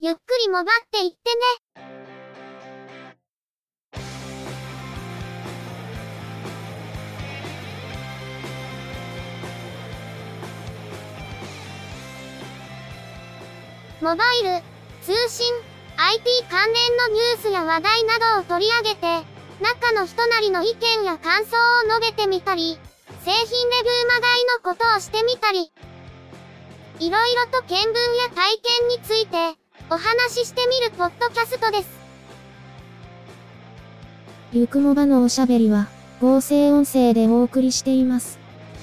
ゆっくりもばっていってね。モバイル、通信、IT 関連のニュースや話題などを取り上げて、中の人なりの意見や感想を述べてみたり、製品レビューまがいのことをしてみたり、いろいろと見聞や体験について、お話ししてみるポッドキャストです。 ゆくもばのおしゃべりは、合成音声でお送りしています。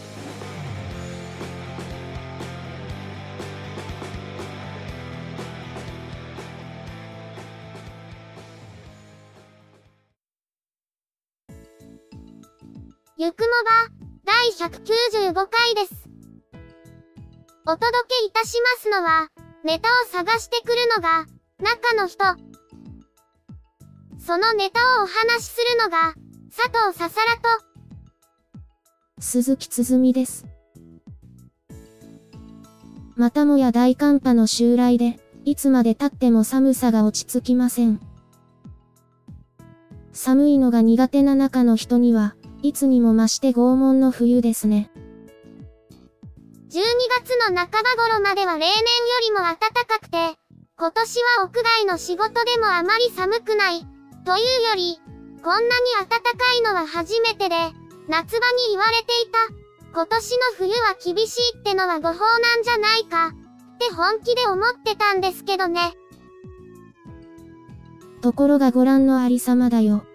ゆくもば、第195回です。お届けいたしますのは、ネタを探してくるのが、中の人。そのネタをお話しするのが、佐藤ささらと、 鈴木つづみです。またもや大寒波の襲来で、いつまで経っても寒さが落ち着きません。寒いのが苦手な中の人には、いつにも増して拷問の冬ですね。 12月の半ば頃までは例年よりも暖かくて、今年は屋外の仕事でもあまり寒くない、というより、こんなに暖かいのは初めてで、夏場に言われていた、今年の冬は厳しいってのは誤報なんじゃないか、って本気で思ってたんですけどね。 ところがご覧のありさまだよ。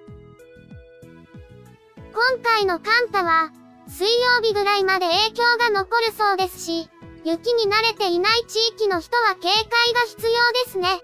今回の寒波は、水曜日ぐらいまで影響が残るそうですし、雪に慣れていない地域の人は警戒が必要ですね。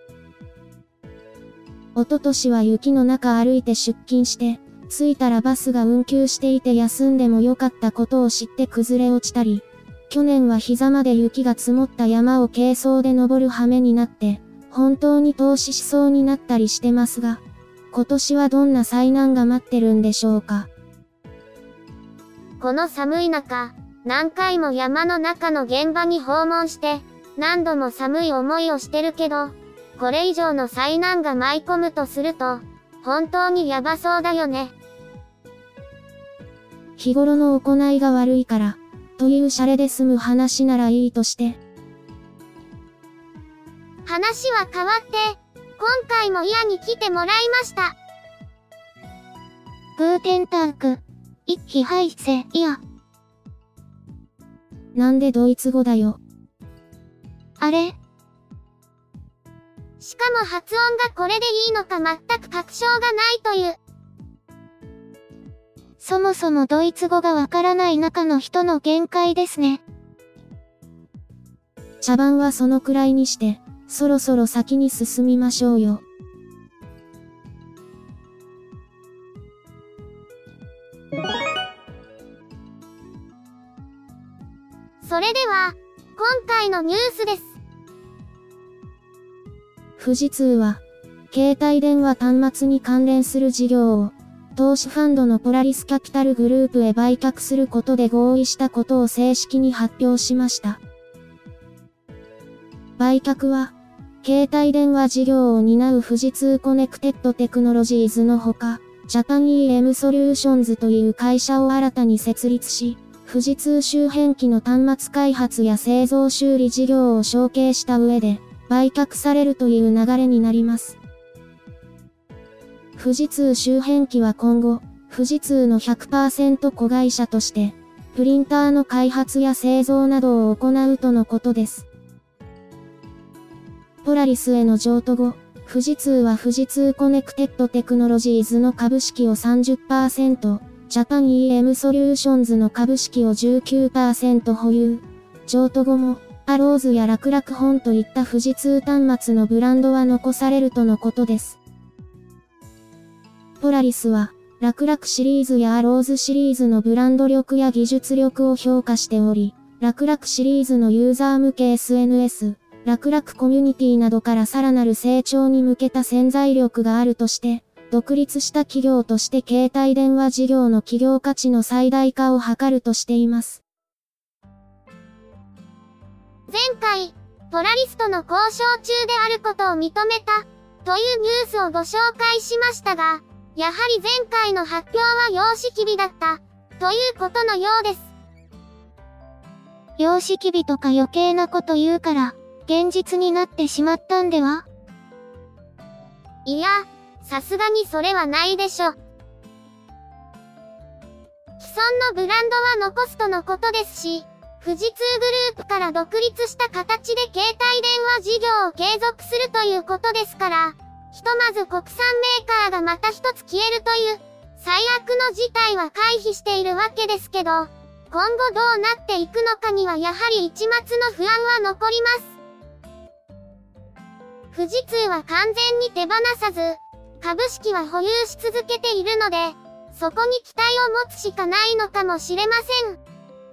おととしは雪の中歩いて出勤して、着いたらバスが運休していて休んでもよかったことを知って崩れ落ちたり、去年は膝まで雪が積もった山を軽装で登る羽目になって、本当に凍死しそうになったりしてますが、今年はどんな災難が待ってるんでしょうか。 この寒い中、何回も山の中の現場に訪問して、何度も寒い思いをしてるけど、これ以上の災難が舞い込むとすると、本当にやばそうだよね。 日頃の行いが悪いから、というシャレで済む話ならいいとして。 話は変わって、今回もイヤに来てもらいました。 グーテンターク。一気排泄、いや。 なんでドイツ語だよ。 あれ？ しかも発音がこれでいいのか全く確証がないという。 そもそもドイツ語がわからない中の人の限界ですね。 茶番はそのくらいにして、そろそろ先に進みましょうよ。 それでは、今回のニュースです。 富士通は、携帯電話端末に関連する事業を、投資ファンドのポラリスキャピタルグループへ売却することで合意したことを正式に発表しました。売却は、携帯電話事業を担う富士通コネクテッドテクノロジーズのほか、ジャパン EM ソリューションズという会社を新たに設立し、富士通周辺機の端末開発や製造修理事業を承継した上で、売却されるという流れになります。富士通周辺機は今後、富士通の 100% 子会社として、プリンターの開発や製造などを行うとのことです。ポラリスへの譲渡後、富士通は富士通コネクテッドテクノロジーズの株式を 30%、ジャパン EM ソリューションズの株式を 19% 保有。譲渡後も、アローズや楽々本といった富士通端末のブランドは残されるとのことです。ポラリスは、楽々シリーズやアローズシリーズのブランド力や技術力を評価しており、楽々シリーズのユーザー向け SNS、楽々コミュニティなどからさらなる成長に向けた潜在力があるとして、独立した企業として携帯電話事業の企業価値の最大化を図るとしています。 前回、 ポラリスとの交渉中であることを認めた、というニュースをご紹介しましたが、やはり前回の発表は様式日だった、ということのようです。 様式日とか余計なこと言うから、現実になってしまったんでは？ いや、さすがにそれはないでしょ。既存のブランドは残すとのことですし、富士通グループから独立した形で携帯電話事業を継続するということですから、ひとまず国産メーカーがまた一つ消えるという、最悪の事態は回避しているわけですけど、今後どうなっていくのかにはやはり一末の不安は残ります。富士通は完全に手放さず、株式は保有し続けているので、そこに期待を持つしかないのかもしれません。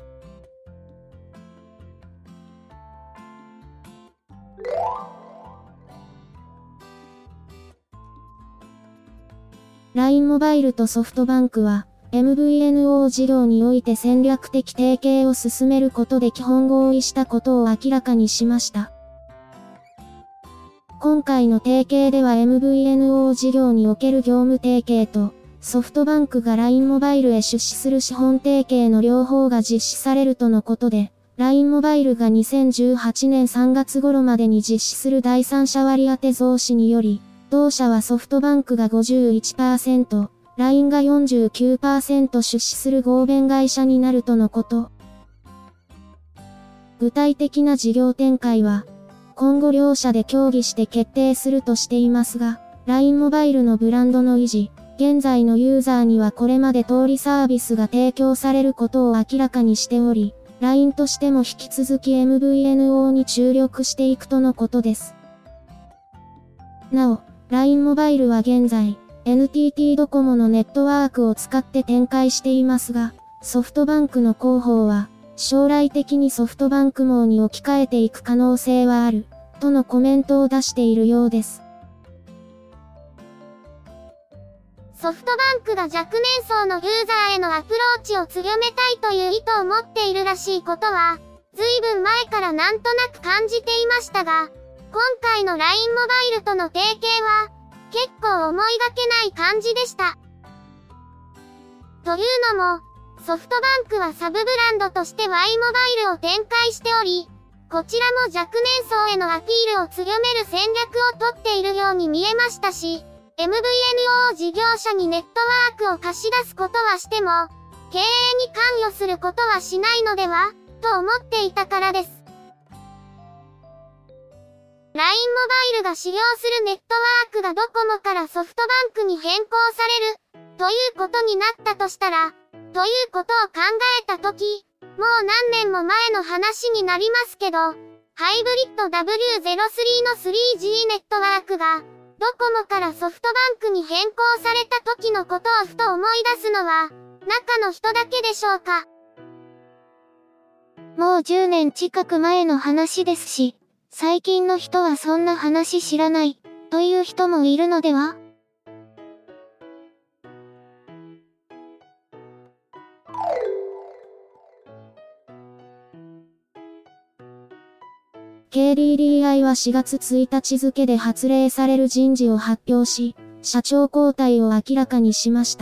LINE モバイルとソフトバンクは、MVNO 事業において戦略的提携を進めることで基本合意したことを明らかにしました。今回の提携では MVNO 事業における業務提携と、ソフトバンクが LINE モバイルへ出資する資本提携の両方が実施されるとのことで、LINE モバイルが2018年3月頃までに実施する第三者割当増資により、同社はソフトバンクが 51%、LINE が 49% 出資する合弁会社になるとのこと。具体的な事業展開は、今後両社で協議して決定するとしていますが、LINE モバイルのブランドの維持、現在のユーザーにはこれまで通りサービスが提供されることを明らかにしており、LINE としても引き続き MVNO に注力していくとのことです。なお、LINE モバイルは現在、NTT ドコモのネットワークを使って展開していますが、ソフトバンクの広報は、将来的にソフトバンク網に置き換えていく可能性はある、とのコメントを出しているようです。 ソフトバンクが若年層のユーザーへのアプローチを強めたいという意図を持っているらしいことは、ずいぶん前からなんとなく感じていましたが、今回の LINE モバイルとの提携は、結構思いがけない感じでした。というのも、ソフトバンクはサブブランドとして Y モバイルを展開しており、こちらも若年層へのアピールを強める戦略をとっているように見えましたし、MVNO 事業者にネットワークを貸し出すことはしても、経営に関与することはしないのでは、と思っていたからです。LINE モバイルが使用するネットワークがドコモからソフトバンクに変更される、ということになったとしたら、ということを考えたとき、もう何年も前の話になりますけど、ハイブリッド W03 の 3G ネットワークが、ドコモからソフトバンクに変更された時のことをふと思い出すのは、中の人だけでしょうか。 もう10年近く前の話ですし、最近の人はそんな話知らない、という人もいるのでは？ KDDI は4月1日付で発令される人事を発表し、社長交代を明らかにしました。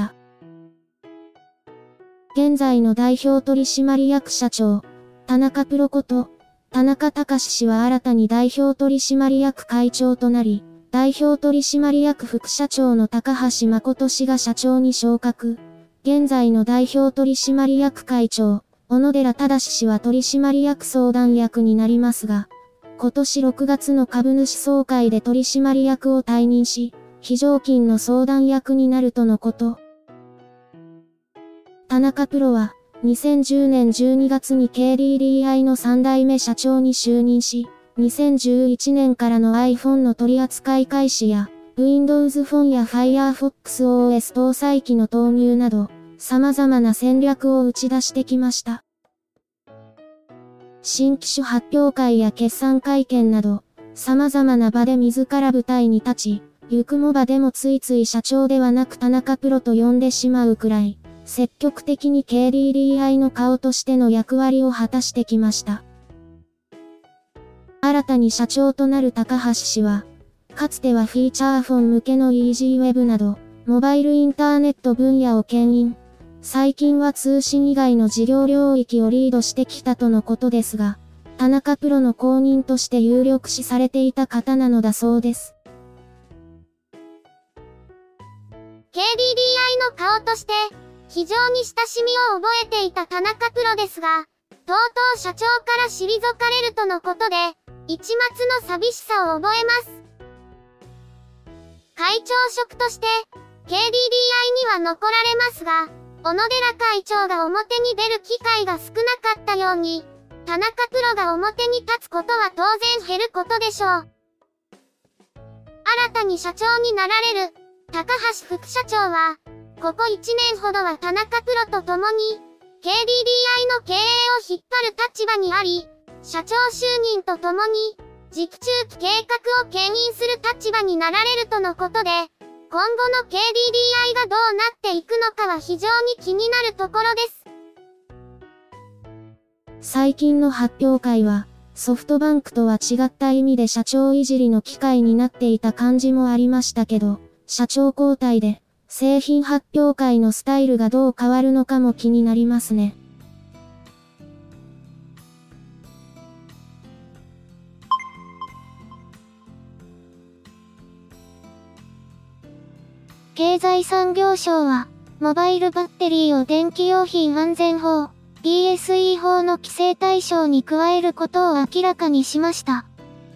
現在の代表取締役社長、田中プロこと、田中隆氏は新たに代表取締役会長となり、代表取締役副社長の高橋誠氏が社長に昇格。現在の代表取締役会長、小野寺忠氏は取締役相談役になりますが、今年6月の株主総会で取締役を退任し、非常勤の相談役になるとのこと。田中プロは、2010年12月に KDDI の3代目社長に就任し、2011年からの iPhone の取扱い開始や、Windows Phone や Firefox OS 搭載機の投入など、様々な戦略を打ち出してきました。新機種発表会や決算会見など、様々な場で自ら舞台に立ち、ゆくも場でもついつい社長ではなく田中プロと呼んでしまうくらい、積極的に KDDI の顔としての役割を果たしてきました。 新たに社長となる高橋氏は、かつてはフィーチャーフォン向けの EasyWeb など、モバイルインターネット分野を牽引。最近は通信以外の事業領域をリードしてきたとのことですが、田中プロの後任として有力視されていた方なのだそうです。 KDDI の顔として、非常に親しみを覚えていた田中プロですが、とうとう社長から退かれるとのことで、一抹の寂しさを覚えます。会長職として、KDDI には残られますが、小野寺会長が表に出る機会が少なかったように、田中プロが表に立つことは当然減ることでしょう。新たに社長になられる、高橋副社長は、ここ1年ほどは田中プロと共に、KDDI の経営を引っ張る立場にあり、社長就任とともに、次期中期計画を牽引する立場になられるとのことで、今後の KDDI がどうなっていくのかは非常に気になるところです。 最近の発表会は、ソフトバンクとは違った意味で社長いじりの機会になっていた感じもありましたけど、社長交代で、製品発表会のスタイルがどう変わるのかも気になりますね。 経済産業省は、モバイルバッテリーを電気用品安全法、PSE 法の規制対象に加えることを明らかにしました。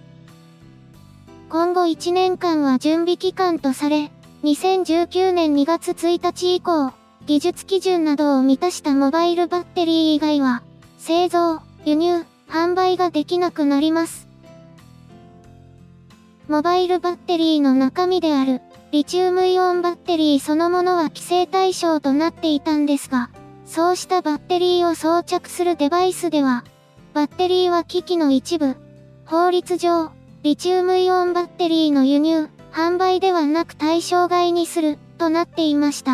今後1年間は準備期間とされ、2019年2月1日以降、技術基準などを満たしたモバイルバッテリー以外は、製造、輸入、販売ができなくなります。モバイルバッテリーの中身である、リチウムイオンバッテリーそのものは規制対象となっていたんですが、そうしたバッテリーを装着するデバイスでは、バッテリーは機器の一部、法律上、リチウムイオンバッテリーの輸入、販売ではなく対象外にする、となっていました。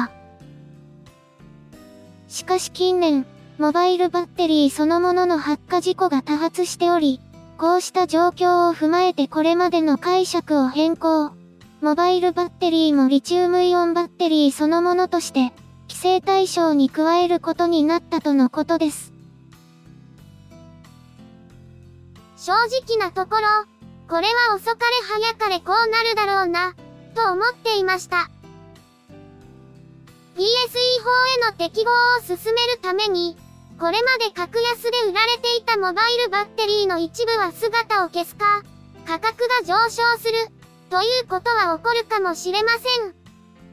しかし近年、モバイルバッテリーそのものの発火事故が多発しており、こうした状況を踏まえてこれまでの解釈を変更。モバイルバッテリーもリチウムイオンバッテリーそのものとして、規制対象に加えることになったとのことです。 正直なところ、これは遅かれ早かれこうなるだろうな、と思っていました。PSE 法への適合を進めるために、これまで格安で売られていたモバイルバッテリーの一部は姿を消すか、価格が上昇する、ということは起こるかもしれません。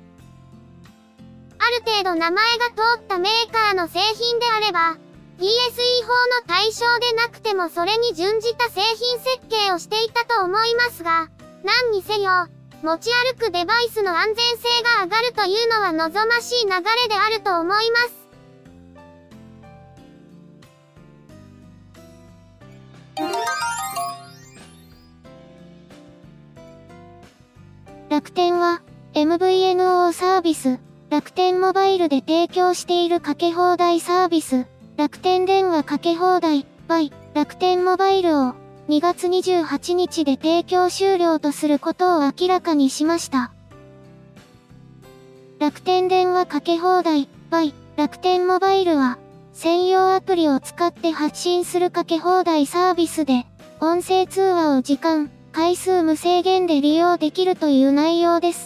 ある程度名前が通ったメーカーの製品であれば、PSE 法の対象でなくてもそれに準じた製品設計をしていたと思いますが、何にせよ、持ち歩くデバイスの安全性が上がるというのは望ましい流れであると思います。 楽天は、MVNO サービス、楽天モバイルで提供しているかけ放題サービス、楽天電話かけ放題、by 楽天モバイルを、2月28日で提供終了とすることを明らかにしました。楽天電話かけ放題、by 楽天モバイルは、専用アプリを使って発信するかけ放題サービスで、音声通話を時間、回数無制限で利用できるという内容です。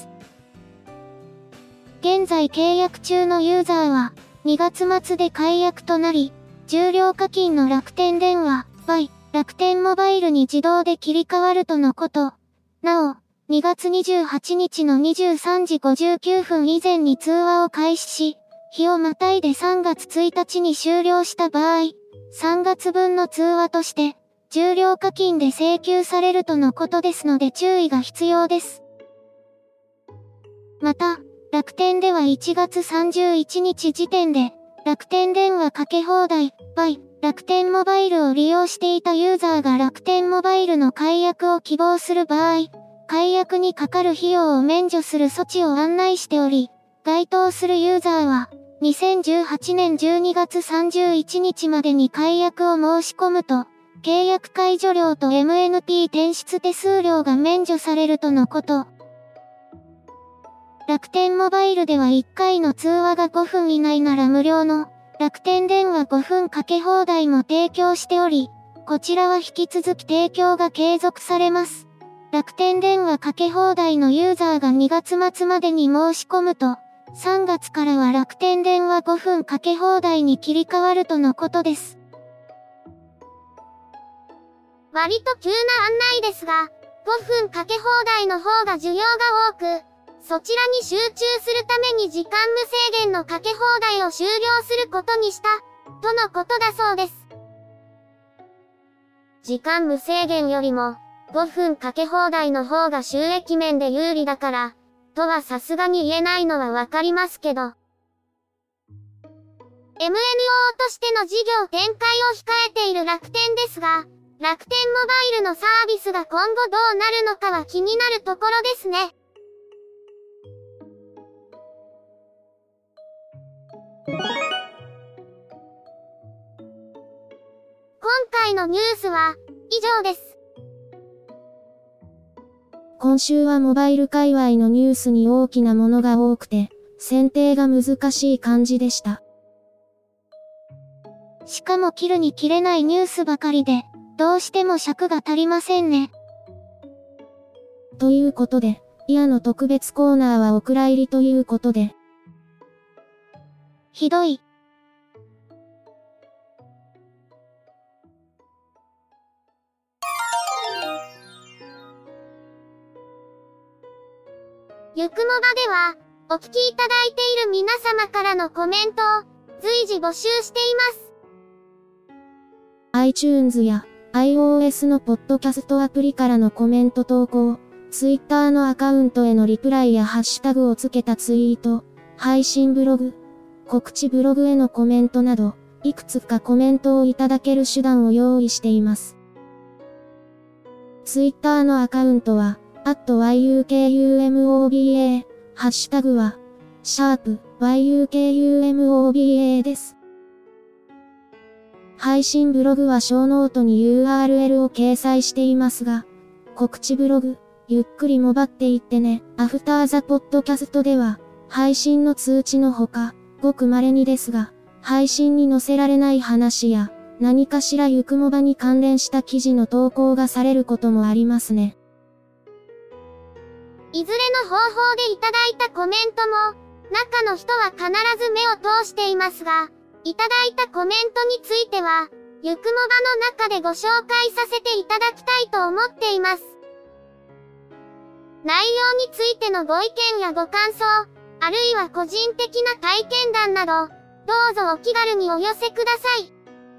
現在契約中のユーザーは、2月末で解約となり、重量課金の楽天電話、by 楽天モバイルに自動で切り替わるとのこと。なお、2月28日の23時59分以前に通話を開始し、日をまたいで3月1日に終了した場合、3月分の通話として、重量課金で請求されるとのことですので注意が必要です。また、楽天では1月31日時点で、楽天電話かけ放題、by 楽天モバイルを利用していたユーザーが楽天モバイルの解約を希望する場合、解約にかかる費用を免除する措置を案内しており、該当するユーザーは、2018年12月31日までに解約を申し込むと、 契約解除料と MNP 転出手数料が免除されるとのこと。楽天モバイルでは1回の通話が5分以内なら無料の楽天電話5分かけ放題も提供しており、こちらは引き続き提供が継続されます。楽天電話かけ放題のユーザーが2月末までに申し込むと、3月からは楽天電話5分かけ放題に切り替わるとのことです。 割と急な案内ですが、5分かけ放題の方が需要が多く、そちらに集中するために時間無制限のかけ放題を終了することにした、とのことだそうです。時間無制限よりも、5分かけ放題の方が収益面で有利だから、とはさすがに言えないのはわかりますけど。MNO としての事業展開を控えている楽天ですが、楽天モバイルのサービスが今後どうなるのかは気になるところですね。今回のニュースは以上です。 今週はモバイル界隈のニュースに大きなものが多くて、選定が難しい感じでした。 しかも切るに切れないニュースばかりで、どうしても尺が足りませんね。 ということで、イヤの特別コーナーはお蔵入りということで。 ひどい。 ゆくもばでは、お聞きいただいている皆様からのコメントを随時募集しています。 iTunes や iOS のポッドキャストアプリからのコメント投稿、Twitter のアカウントへのリプライやハッシュタグをつけたツイート、配信ブログ、告知ブログへのコメントなど、いくつかコメントをいただける手段を用意しています。Twitter のアカウントは、@yukumoba、ハッシュタグは、#yukumoba です。配信ブログは小ノートに URL を掲載していますが、告知ブログ、ゆっくりもばっていってね、アフターザポッドキャストでは、配信の通知のほか、ごく稀にですが、配信に載せられない話や、何かしらゆくもばに関連した記事の投稿がされることもありますね。 いずれの方法でいただいたコメントも、中の人は必ず目を通していますが、いただいたコメントについては、ゆくもばの中でご紹介させていただきたいと思っています。内容についてのご意見やご感想、あるいは個人的な体験談など、どうぞお気軽にお寄せください。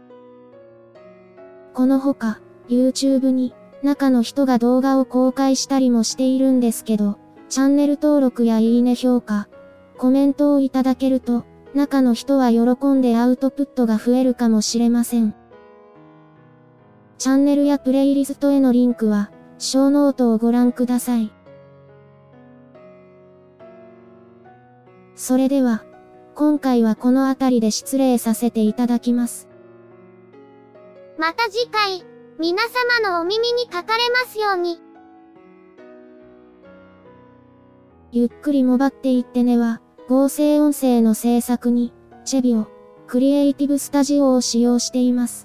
このほか、YouTube に、中の人が動画を公開したりもしているんですけど、チャンネル登録やいいね評価、コメントをいただけると、中の人は喜んでアウトプットが増えるかもしれません。チャンネルやプレイリストへのリンクは、小ノートをご覧ください。それでは、今回はこの辺りで失礼させていただきます。 また次回、皆様のお耳にかかれますように。 ゆっくりもばっていってねは、合成音声の制作に、チェビオ、クリエイティブスタジオを使用しています。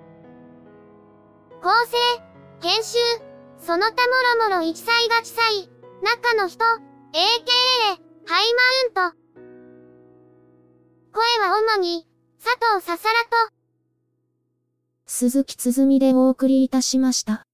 構成、編集、その他もろもろ一切が地裁、中の人、AKA、ハイマウント。声は主に、佐藤ささらと、 鈴木つづみでお送りいたしました。